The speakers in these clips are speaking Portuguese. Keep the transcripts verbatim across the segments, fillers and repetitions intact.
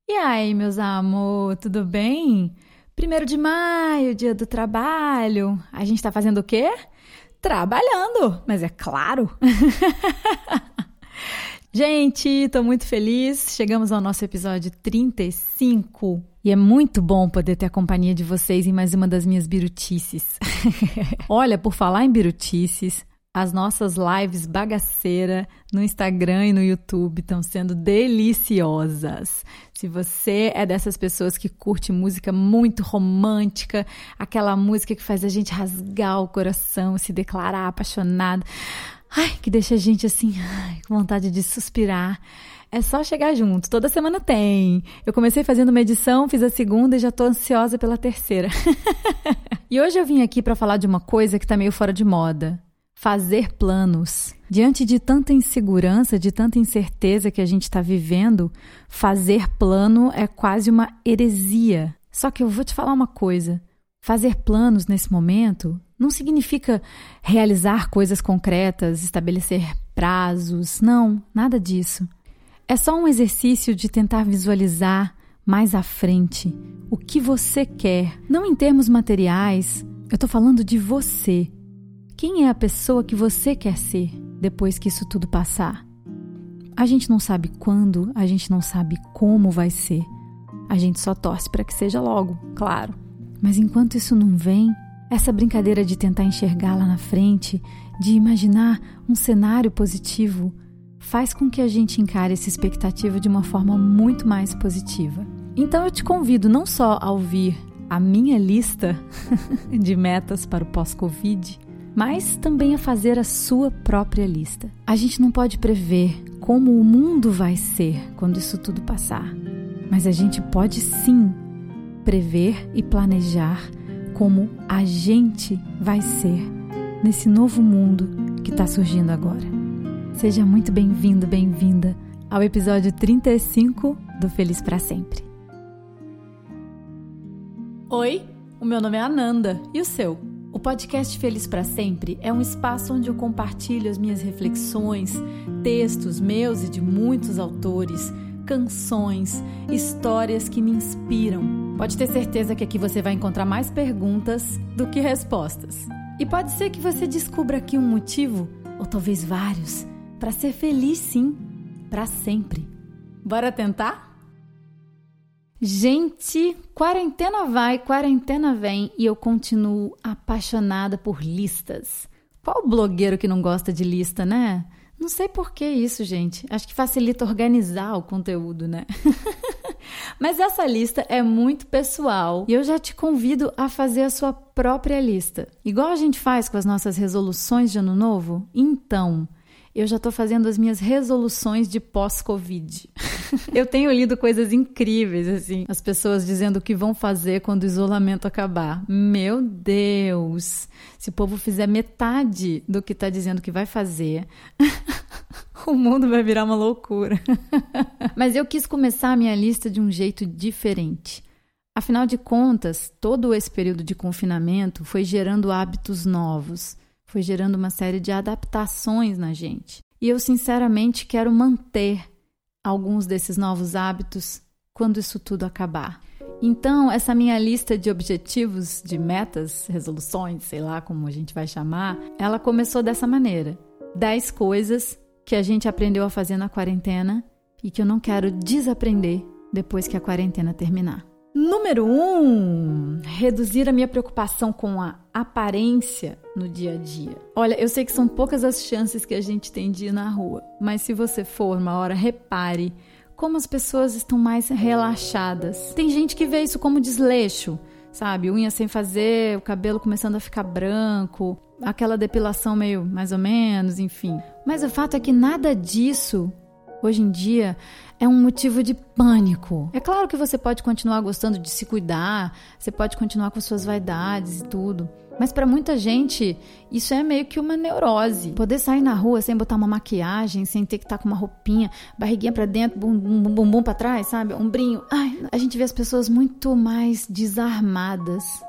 E aí, meus amor, tudo bem? Primeiro de maio, dia do trabalho. A gente tá fazendo o quê? Trabalhando, mas é claro. Gente, tô muito feliz. Chegamos ao nosso episódio trinta e cinco. E é muito bom poder ter a companhia de vocês em mais uma das minhas birutices. Olha, por falar em birutices, as nossas lives bagaceira no Instagram e no YouTube estão sendo deliciosas. Se você é dessas pessoas que curte música muito romântica, aquela música que faz a gente rasgar o coração, se declarar apaixonado, ai, que deixa a gente assim, ai, com vontade de suspirar, é só chegar junto. Toda semana tem. Eu comecei fazendo uma edição, fiz a segunda e já tô ansiosa pela terceira. E hoje eu vim aqui para falar de uma coisa que tá meio fora de moda. Fazer planos. Diante de tanta insegurança, de tanta incerteza que a gente está vivendo, fazer plano é quase uma heresia. Só que eu vou te falar uma coisa. Fazer planos nesse momento não significa realizar coisas concretas, estabelecer prazos. Não, nada disso. É só um exercício de tentar visualizar mais à frente o que você quer. Não em termos materiais, eu estou falando de você. Quem é a pessoa que você quer ser depois que isso tudo passar? A gente não sabe quando, a gente não sabe como vai ser. A gente só torce para que seja logo, claro. Mas enquanto isso não vem, essa brincadeira de tentar enxergar lá na frente, de imaginar um cenário positivo, faz com que a gente encare essa expectativa de uma forma muito mais positiva. Então eu te convido não só a ouvir a minha lista de metas para o pós-Covid, mas também a fazer a sua própria lista. A gente não pode prever como o mundo vai ser quando isso tudo passar, mas a gente pode sim prever e planejar como a gente vai ser nesse novo mundo que está surgindo agora. Seja muito bem-vindo, bem-vinda ao episódio trinta e cinco do Feliz para Sempre. Oi, o meu nome é Ananda, e o seu? O podcast Feliz para Sempre é um espaço onde eu compartilho as minhas reflexões, textos meus e de muitos autores, canções, histórias que me inspiram. Pode ter certeza que aqui você vai encontrar mais perguntas do que respostas. E pode ser que você descubra aqui um motivo, ou talvez vários, para ser feliz sim, para sempre. Bora tentar? Gente, quarentena vai, quarentena vem e eu continuo apaixonada por listas. Qual blogueiro que não gosta de lista, né? Não sei por que isso, gente. Acho que facilita organizar o conteúdo, né? Mas essa lista é muito pessoal e eu já te convido a fazer a sua própria lista. Igual a gente faz com as nossas resoluções de ano novo? Então, eu já estou fazendo as minhas resoluções de pós-Covid. Eu tenho lido coisas incríveis, assim. As pessoas dizendo o que vão fazer quando o isolamento acabar. Meu Deus! Se o povo fizer metade do que está dizendo que vai fazer, o mundo vai virar uma loucura. Mas eu quis começar a minha lista de um jeito diferente. Afinal de contas, todo esse período de confinamento foi gerando hábitos novos. Foi gerando uma série de adaptações na gente. E eu, sinceramente, quero manter alguns desses novos hábitos quando isso tudo acabar. Então, essa minha lista de objetivos, de metas, resoluções, sei lá como a gente vai chamar, ela começou dessa maneira. dez coisas que a gente aprendeu a fazer na quarentena e que eu não quero desaprender depois que a quarentena terminar. Número um, reduzir a minha preocupação com a aparência no dia a dia. Olha, eu sei que são poucas as chances que a gente tem de ir na rua, mas se você for uma hora, repare como as pessoas estão mais relaxadas. Tem gente que vê isso como desleixo, sabe? Unha sem fazer, o cabelo começando a ficar branco, aquela depilação meio mais ou menos, enfim. Mas o fato é que nada disso hoje em dia é um motivo de pânico. É claro que você pode continuar gostando de se cuidar, você pode continuar com suas vaidades e tudo, mas para muita gente isso é meio que uma neurose. Poder sair na rua sem botar uma maquiagem, sem ter que estar com uma roupinha, barriguinha para dentro, bumbum, bumbum, bumbum para trás, sabe? Ombrinho. Ai, a gente vê as pessoas muito mais desarmadas.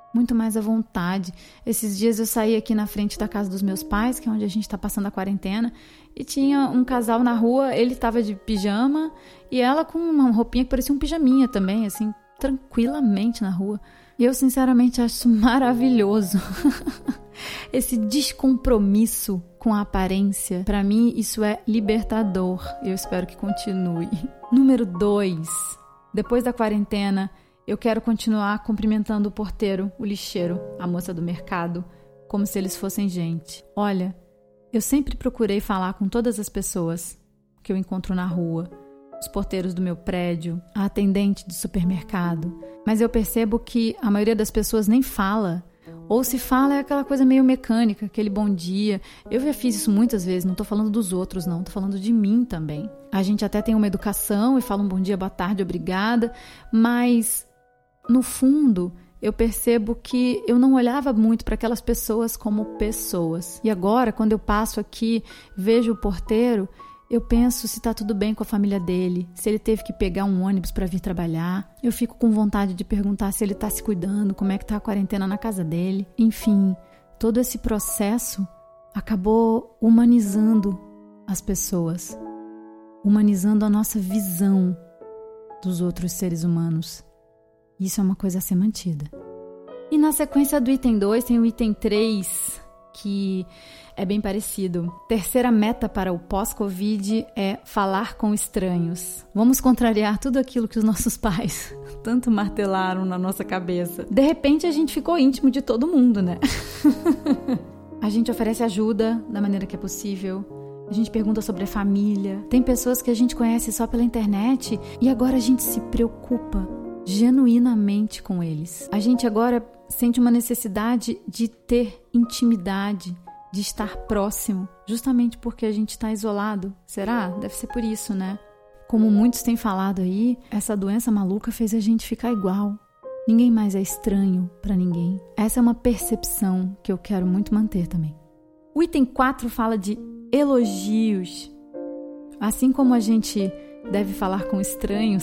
muito mais à vontade. Esses dias eu saí aqui na frente da casa dos meus pais, que é onde a gente está passando a quarentena, e tinha um casal na rua, ele estava de pijama e ela com uma roupinha que parecia um pijaminha também, assim, tranquilamente na rua. E eu, sinceramente, acho isso maravilhoso. Esse descompromisso com a aparência, para mim, isso é libertador. Eu espero que continue. Número dois. Depois da quarentena, eu quero continuar cumprimentando o porteiro, o lixeiro, a moça do mercado, como se eles fossem gente. Olha, eu sempre procurei falar com todas as pessoas que eu encontro na rua, os porteiros do meu prédio, a atendente do supermercado, mas eu percebo que a maioria das pessoas nem fala, ou se fala é aquela coisa meio mecânica, aquele bom dia. Eu já fiz isso muitas vezes, não tô falando dos outros não, tô falando de mim também. A gente até tem uma educação e fala um bom dia, boa tarde, obrigada, mas no fundo eu percebo que eu não olhava muito para aquelas pessoas como pessoas. E agora, quando eu passo aqui, vejo o porteiro, eu penso se está tudo bem com a família dele, se ele teve que pegar um ônibus para vir trabalhar. Eu fico com vontade de perguntar se ele está se cuidando, como é que está a quarentena na casa dele. Enfim, todo esse processo acabou humanizando as pessoas, humanizando a nossa visão dos outros seres humanos. Isso é uma coisa a ser mantida. E na sequência do item dois tem o item três, que é bem parecido. Terceira meta para o pós-Covid é falar com estranhos. Vamos contrariar tudo aquilo que os nossos pais tanto martelaram na nossa cabeça. De repente a gente ficou íntimo de todo mundo, né? A gente oferece ajuda da maneira que é possível. A gente pergunta sobre a família. Tem pessoas que a gente conhece só pela internet e agora a gente se preocupa genuinamente com eles. A gente agora sente uma necessidade de ter intimidade, de estar próximo, justamente porque a gente está isolado. Será? Deve ser por isso, né? Como muitos têm falado aí, essa doença maluca fez a gente ficar igual. Ninguém mais é estranho para ninguém. Essa é uma percepção que eu quero muito manter também. O item quatro fala de elogios. Assim como a gente deve falar com estranhos,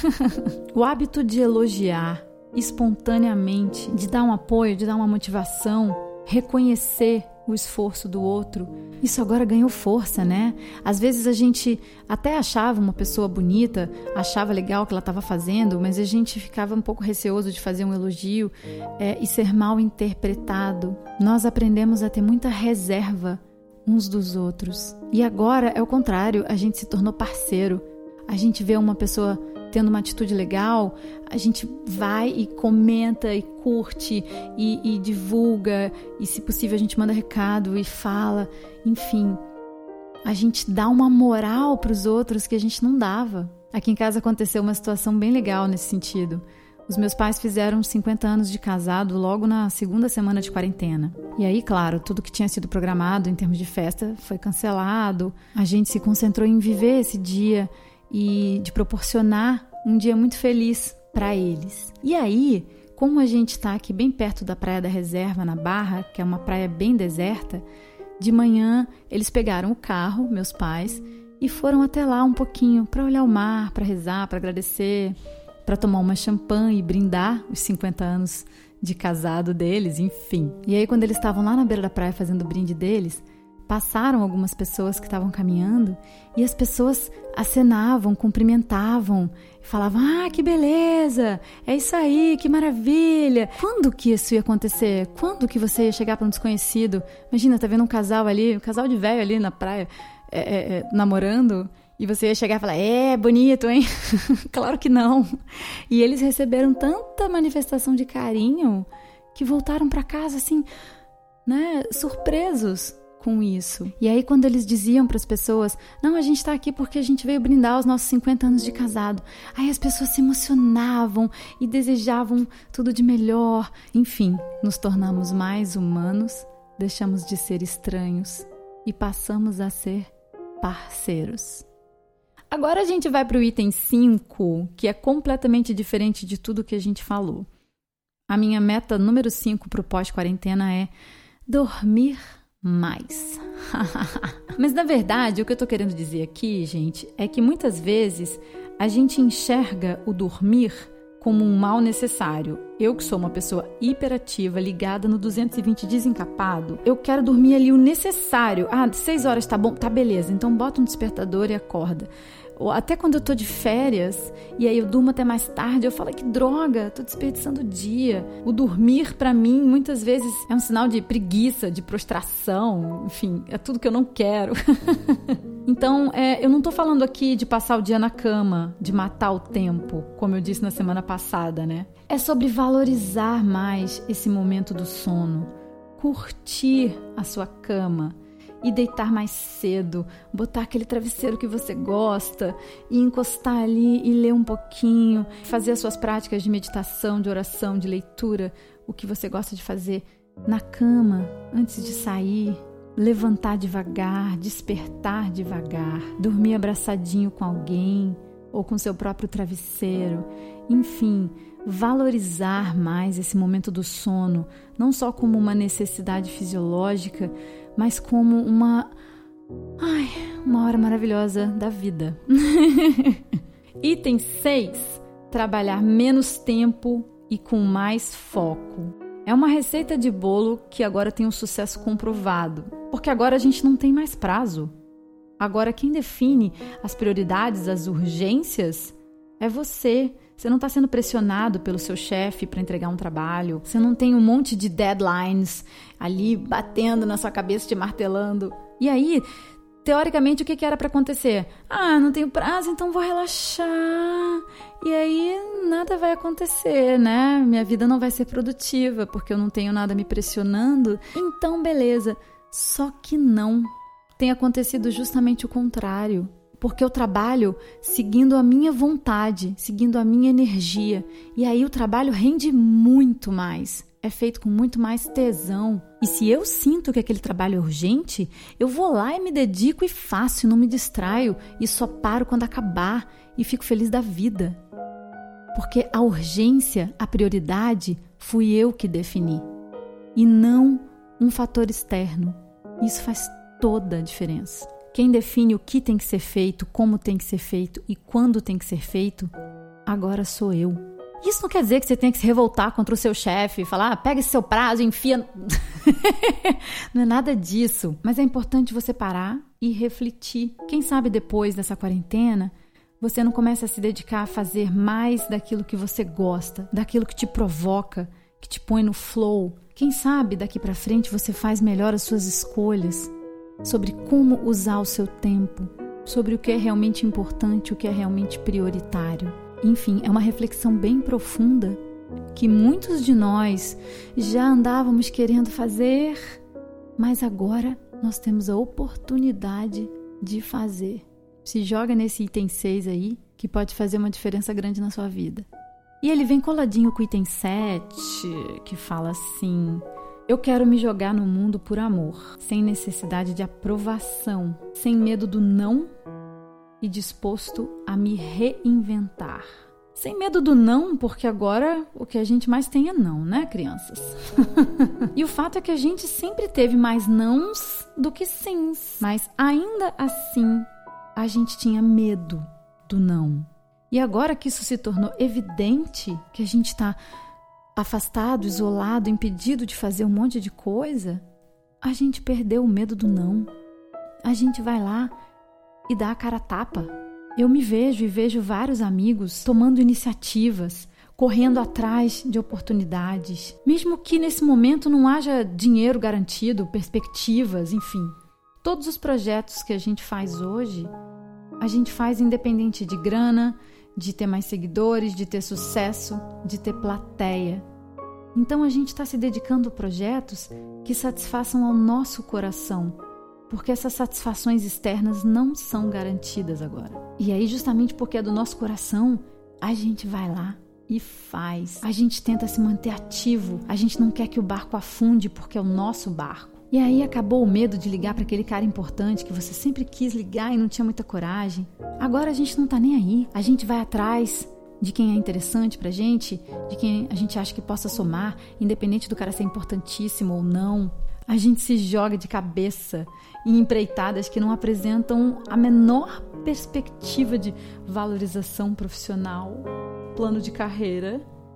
o hábito de elogiar espontaneamente, de dar um apoio, de dar uma motivação, reconhecer o esforço do outro, isso agora ganhou força, né? Às vezes a gente até achava uma pessoa bonita, achava legal o que ela estava fazendo, mas a gente ficava um pouco receoso de fazer um elogio é, e ser mal interpretado. Nós aprendemos a ter muita reserva uns dos outros. E agora é o contrário, a gente se tornou parceiro. A gente vê uma pessoa tendo uma atitude legal, a gente vai e comenta e curte e, e divulga, e se possível a gente manda recado e fala, enfim, a gente dá uma moral para os outros que a gente não dava. Aqui em casa aconteceu uma situação bem legal nesse sentido. Os meus pais fizeram cinquenta anos de casado logo na segunda semana de quarentena. E aí, claro, tudo que tinha sido programado em termos de festa foi cancelado. A gente se concentrou em viver esse dia e de proporcionar um dia muito feliz para eles. E aí, como a gente está aqui bem perto da Praia da Reserva, na Barra, que é uma praia bem deserta, de manhã eles pegaram o carro, meus pais, e foram até lá um pouquinho para olhar o mar, para rezar, para agradecer, para tomar uma champanhe e brindar os cinquenta anos de casado deles, enfim. E aí, quando eles estavam lá na beira da praia fazendo o brinde deles, passaram algumas pessoas que estavam caminhando e as pessoas acenavam, cumprimentavam, falavam, ah, que beleza, é isso aí, que maravilha. Quando que isso ia acontecer? Quando que você ia chegar para um desconhecido? Imagina, tá vendo um casal ali, um casal de velho ali na praia, é, é, é, namorando, e você ia chegar e falar, é, bonito, hein? Claro que não. E eles receberam tanta manifestação de carinho que voltaram para casa assim, né, surpresos com isso. E aí, quando eles diziam para as pessoas, não, a gente está aqui porque a gente veio brindar os nossos cinquenta anos de casado, aí as pessoas se emocionavam e desejavam tudo de melhor. Enfim, nos tornamos mais humanos, deixamos de ser estranhos e passamos a ser parceiros. Agora a gente vai para o item cinco, que é completamente diferente de tudo que a gente falou. A minha meta número cinco para o pós-quarentena é dormir mais. Mas na verdade, o que eu tô querendo dizer aqui, gente, é que muitas vezes a gente enxerga o dormir como um mal necessário, Eu que sou uma pessoa hiperativa, ligada no duzentos e vinte desencapado, eu quero dormir ali o necessário. Ah, seis horas tá bom? Tá, beleza. Então bota um despertador e acorda. Ou até quando eu tô de férias, e aí eu durmo até mais tarde, eu falo, que droga, tô desperdiçando o dia. O dormir, pra mim, muitas vezes é um sinal de preguiça, de prostração, enfim, é tudo que eu não quero. Então, é, eu não tô falando aqui de passar o dia na cama, de matar o tempo, como eu disse na semana passada, né? É sobre valorizar mais esse momento do sono, curtir a sua cama, e deitar mais cedo, botar aquele travesseiro que você gosta e encostar ali e ler um pouquinho, fazer as suas práticas de meditação, de oração, de leitura, o que você gosta de fazer na cama, antes de sair, levantar devagar, despertar devagar, dormir abraçadinho com alguém ou com seu próprio travesseiro, enfim, valorizar mais esse momento do sono, não só como uma necessidade fisiológica, mas como uma, ai, uma hora maravilhosa da vida. Item seis. Trabalhar menos tempo e com mais foco. É uma receita de bolo que agora tem um sucesso comprovado, porque agora a gente não tem mais prazo. Agora quem define as prioridades, as urgências, é você. Você não está sendo pressionado pelo seu chefe para entregar um trabalho. Você não tem um monte de deadlines ali batendo na sua cabeça, te martelando. E aí, teoricamente, o que, que era para acontecer? Ah, não tenho prazo, então vou relaxar. E aí, nada vai acontecer, né? Minha vida não vai ser produtiva, porque eu não tenho nada me pressionando. Então, beleza. Só que não. Tem acontecido justamente o contrário. Porque eu trabalho seguindo a minha vontade, seguindo a minha energia. E aí o trabalho rende muito mais. É feito com muito mais tesão. E se eu sinto que aquele trabalho é urgente, eu vou lá e me dedico e faço, e não me distraio. E só paro quando acabar e fico feliz da vida. Porque a urgência, a prioridade, fui eu que defini. E não um fator externo. Isso faz toda a diferença. Quem define o que tem que ser feito, como tem que ser feito e quando tem que ser feito, agora sou eu. Isso não quer dizer que você tenha que se revoltar contra o seu chefe e falar, ah, pega esse seu prazo e enfia... Não é nada disso. Mas é importante você parar e refletir. Quem sabe depois dessa quarentena, você não começa a se dedicar a fazer mais daquilo que você gosta, daquilo que te provoca, que te põe no flow. Quem sabe daqui pra frente você faz melhor as suas escolhas, sobre como usar o seu tempo, sobre o que é realmente importante, o que é realmente prioritário. Enfim, é uma reflexão bem profunda que muitos de nós já andávamos querendo fazer, mas agora nós temos a oportunidade de fazer. Se joga nesse item seis aí, que pode fazer uma diferença grande na sua vida. E ele vem coladinho com o item sete, que fala assim... Eu quero me jogar no mundo por amor, sem necessidade de aprovação, sem medo do não e disposto a me reinventar. Sem medo do não, porque agora o que a gente mais tem é não, né, crianças? E o fato é que a gente sempre teve mais nãos do que sims, mas ainda assim a gente tinha medo do não. E agora que isso se tornou evidente, que a gente está afastado, isolado, impedido de fazer um monte de coisa, a gente perdeu o medo do não. A gente vai lá e dá a cara a tapa. Eu me vejo e vejo vários amigos tomando iniciativas, correndo atrás de oportunidades. Mesmo que nesse momento não haja dinheiro garantido, perspectivas, enfim. Todos os projetos que a gente faz hoje, a gente faz independente de grana, de ter mais seguidores, de ter sucesso, de ter plateia. Então a gente está se dedicando a projetos que satisfaçam ao nosso coração, porque essas satisfações externas não são garantidas agora. E aí, justamente porque é do nosso coração, a gente vai lá e faz. A gente tenta se manter ativo, a gente não quer que o barco afunde porque é o nosso barco. E aí acabou o medo de ligar para aquele cara importante que você sempre quis ligar e não tinha muita coragem. Agora a gente não tá nem aí. A gente vai atrás de quem é interessante pra gente, de quem a gente acha que possa somar, independente do cara ser importantíssimo ou não. A gente se joga de cabeça em empreitadas que não apresentam a menor perspectiva de valorização profissional, plano de carreira,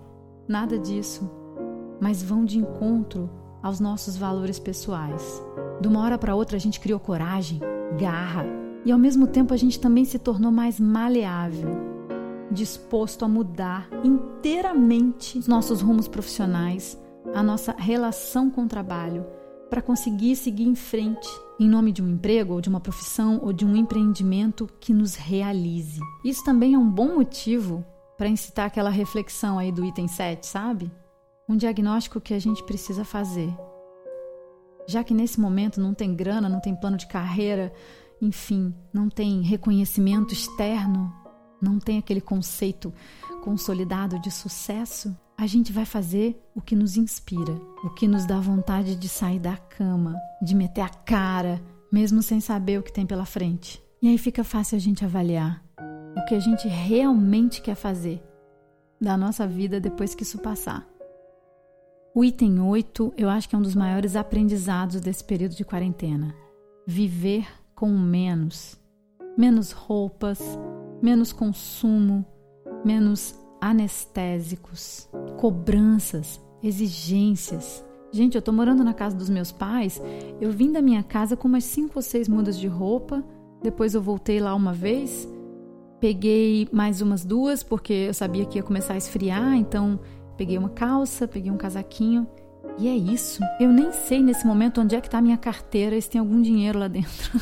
nada disso, mas vão de encontro aos nossos valores pessoais. De uma hora para outra a gente criou coragem, garra, e ao mesmo tempo a gente também se tornou mais maleável, disposto a mudar inteiramente os nossos rumos profissionais, a nossa relação com o trabalho, para conseguir seguir em frente em nome de um emprego, ou de uma profissão, ou de um empreendimento que nos realize. Isso também é um bom motivo para incitar aquela reflexão aí do item sete, sabe? Um diagnóstico que a gente precisa fazer. Já que nesse momento não tem grana, não tem plano de carreira, enfim, não tem reconhecimento externo, não tem aquele conceito consolidado de sucesso, a gente vai fazer o que nos inspira, o que nos dá vontade de sair da cama, de meter a cara, mesmo sem saber o que tem pela frente. E aí fica fácil a gente avaliar o que a gente realmente quer fazer da nossa vida depois que isso passar. O item oito, eu acho que é um dos maiores aprendizados desse período de quarentena. Viver com menos. Menos roupas, menos consumo, menos anestésicos, cobranças, exigências. Gente, eu tô morando na casa dos meus pais, eu vim da minha casa com umas cinco ou seis mudas de roupa, depois eu voltei lá uma vez, peguei mais umas duas, porque eu sabia que ia começar a esfriar, então peguei uma calça, peguei um casaquinho, e é isso. Eu nem sei nesse momento onde é que tá a minha carteira, se tem algum dinheiro lá dentro.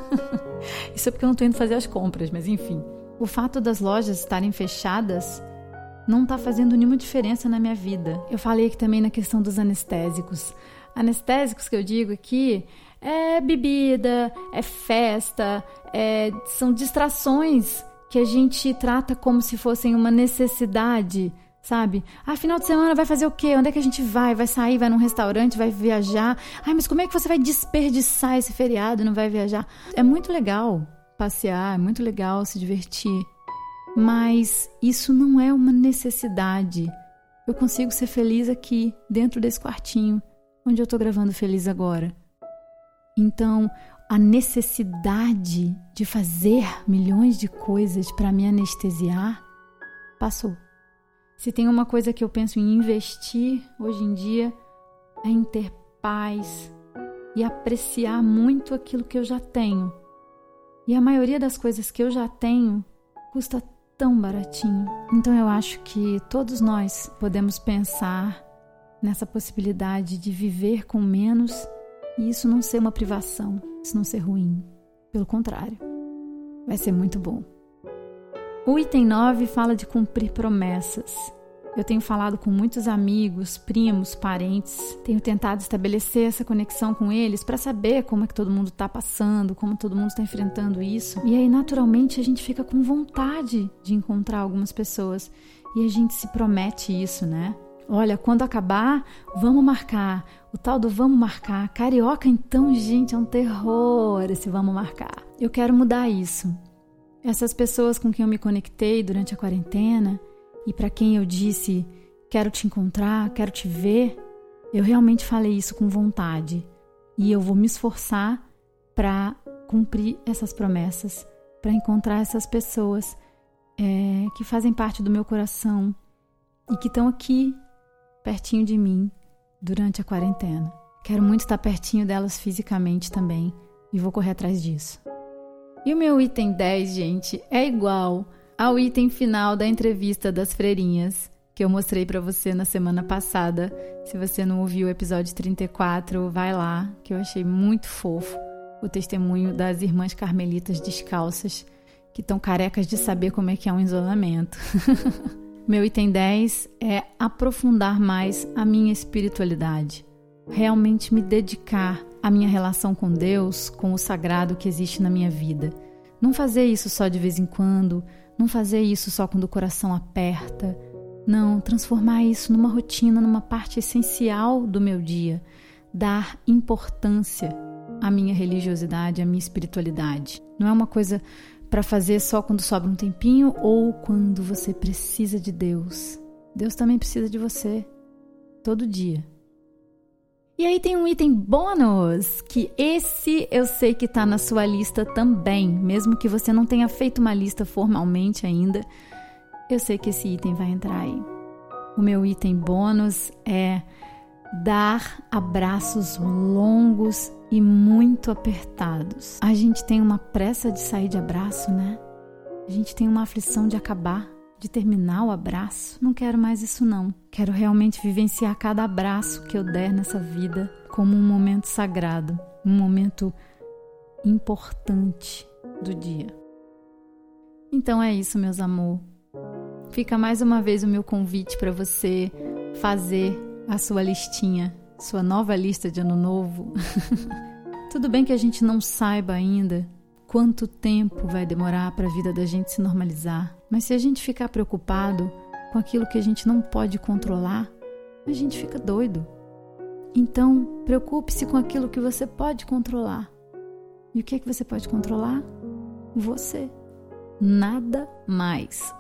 Isso é porque eu não tô indo fazer as compras, mas enfim. O fato das lojas estarem fechadas não está fazendo nenhuma diferença na minha vida. Eu falei aqui também na questão dos anestésicos. Anestésicos que eu digo aqui é bebida, é festa, é, são distrações que a gente trata como se fossem uma necessidade, sabe? Ah, final de semana vai fazer o quê? Onde é que a gente vai? Vai sair, vai num restaurante, vai viajar? Ai, mas como é que você vai desperdiçar esse feriado e não vai viajar? É muito legal passear, é muito legal se divertir. Mas isso não é uma necessidade. Eu consigo ser feliz aqui, dentro desse quartinho, onde eu estou gravando feliz agora. Então, a necessidade de fazer milhões de coisas para me anestesiar passou. Se tem uma coisa que eu penso em investir hoje em dia, é em ter paz e apreciar muito aquilo que eu já tenho. E a maioria das coisas que eu já tenho custa tão baratinho. Então eu acho que todos nós podemos pensar nessa possibilidade de viver com menos e isso não ser uma privação, isso não ser ruim. Pelo contrário, vai ser muito bom. O item nove fala de cumprir promessas. Eu tenho falado com muitos amigos, primos, parentes, tenho tentado estabelecer essa conexão com eles para saber como é que todo mundo está passando, como todo mundo está enfrentando isso. E aí, naturalmente, a gente fica com vontade de encontrar algumas pessoas e a gente se promete isso, né? Olha, quando acabar, vamos marcar. O tal do vamos marcar. Carioca, então, gente, é um terror esse vamos marcar. Eu quero mudar isso. Essas pessoas com quem eu me conectei durante a quarentena e para quem eu disse, quero te encontrar, quero te ver, eu realmente falei isso com vontade. E eu vou me esforçar para cumprir essas promessas, para encontrar essas pessoas é, que fazem parte do meu coração e que estão aqui, pertinho de mim, durante a quarentena. Quero muito estar pertinho delas fisicamente também e vou correr atrás disso. E o meu item dez, gente, é igual ao item final da entrevista das freirinhas, que eu mostrei para você na semana passada. Se você não ouviu o episódio trinta e quatro, vai lá, que eu achei muito fofo o testemunho das irmãs carmelitas descalças, que estão carecas de saber como é que é um isolamento. Meu item dez é aprofundar mais a minha espiritualidade, realmente me dedicar à minha relação com Deus, com o sagrado que existe na minha vida. Não fazer isso só de vez em quando, não fazer isso só quando o coração aperta. Não, transformar isso numa rotina, numa parte essencial do meu dia. Dar importância à minha religiosidade, à minha espiritualidade. Não é uma coisa para fazer só quando sobra um tempinho ou quando você precisa de Deus. Deus também precisa de você, todo dia. E aí tem um item bônus, que esse eu sei que está na sua lista também, mesmo que você não tenha feito uma lista formalmente ainda, eu sei que esse item vai entrar aí. O meu item bônus é dar abraços longos e muito apertados. A gente tem uma pressa de sair de abraço, né? A gente tem uma aflição de acabar, de terminar o abraço. Não quero mais isso não. Quero realmente vivenciar cada abraço que eu der nessa vida como um momento sagrado, um momento importante do dia. Então é isso, meus amor. Fica mais uma vez o meu convite para você fazer a sua listinha, sua nova lista de ano novo. Tudo bem que a gente não saiba ainda quanto tempo vai demorar para a vida da gente se normalizar, mas se a gente ficar preocupado com aquilo que a gente não pode controlar, a gente fica doido. Então, preocupe-se com aquilo que você pode controlar. E o que é que você pode controlar? Você. Nada mais.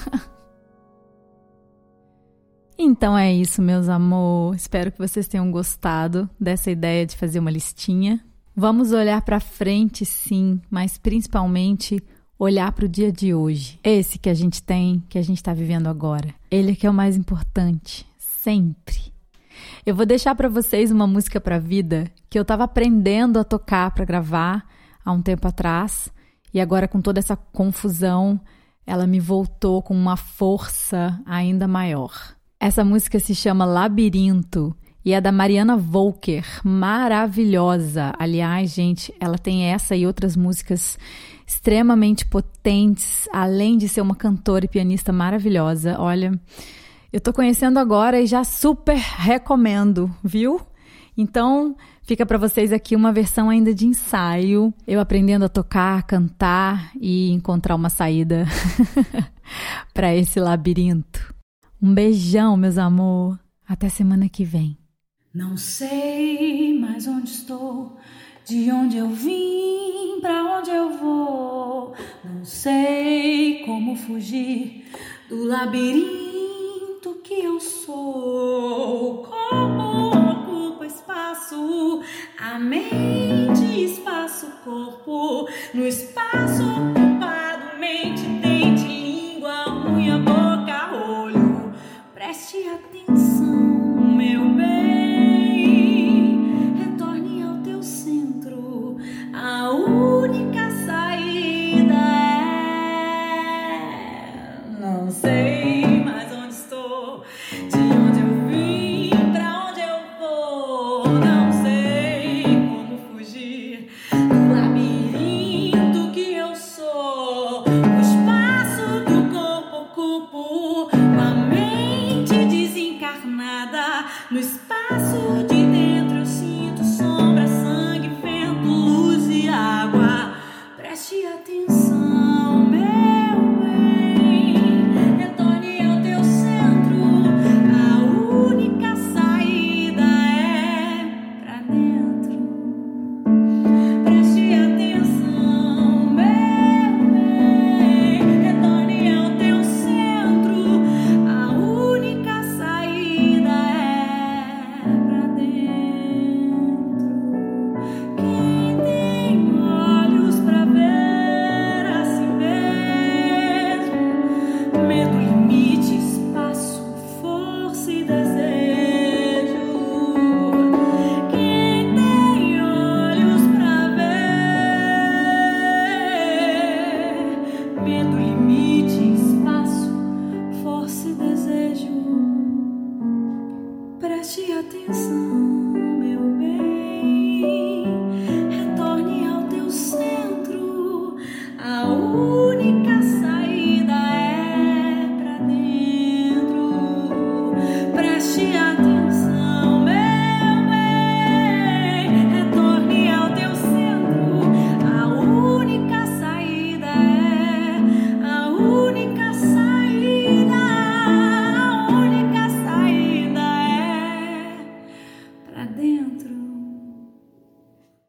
Então é isso, meus amores. Espero que vocês tenham gostado dessa ideia de fazer uma listinha. Vamos olhar para frente, sim, mas principalmente olhar para o dia de hoje. Esse que a gente tem, que a gente está vivendo agora. Ele é que é o mais importante, sempre. Eu vou deixar para vocês uma música para a vida que eu estava aprendendo a tocar para gravar há um tempo atrás. E agora, com toda essa confusão, ela me voltou com uma força ainda maior. Essa música se chama Labirinto e é da Mariana Volker, maravilhosa. Aliás, gente, ela tem essa e outras músicas extremamente potentes, além de ser uma cantora e pianista maravilhosa. Olha, eu tô conhecendo agora e já super recomendo, viu? Então, fica para vocês aqui uma versão ainda de ensaio, eu aprendendo a tocar, cantar e encontrar uma saída para esse labirinto. Um beijão, meus amor. Até semana que vem. Não sei mais onde estou, de onde eu vim, pra onde eu vou. Não sei como fugir do labirinto que eu sou. Como ocupa espaço a mente, espaço o corpo. No espaço ocupado, mente, dente, língua, unha, boca, olho. Preste atenção, meu bem, retorne ao teu centro. A única saída é: não sei mais onde estou, de onde eu vim, pra onde eu vou. Não sei como fugir do labirinto que eu sou. O espaço do corpo ocupo, a mente desencarnada. No espaço de dentro eu sinto sombra, sangue, vento, luz e água. Preste atenção, meu bem, retorne ao teu centro. A única saída é pra dentro. Preste atenção, meu bem, retorne ao teu centro. A única saída é pra dentro. Quem tem olhos pra ver a si mesmo, medo, limite, espaço, força e desejo. Quem tem olhos pra ver, medo, limite, espaço, força e desejo. Preste atenção.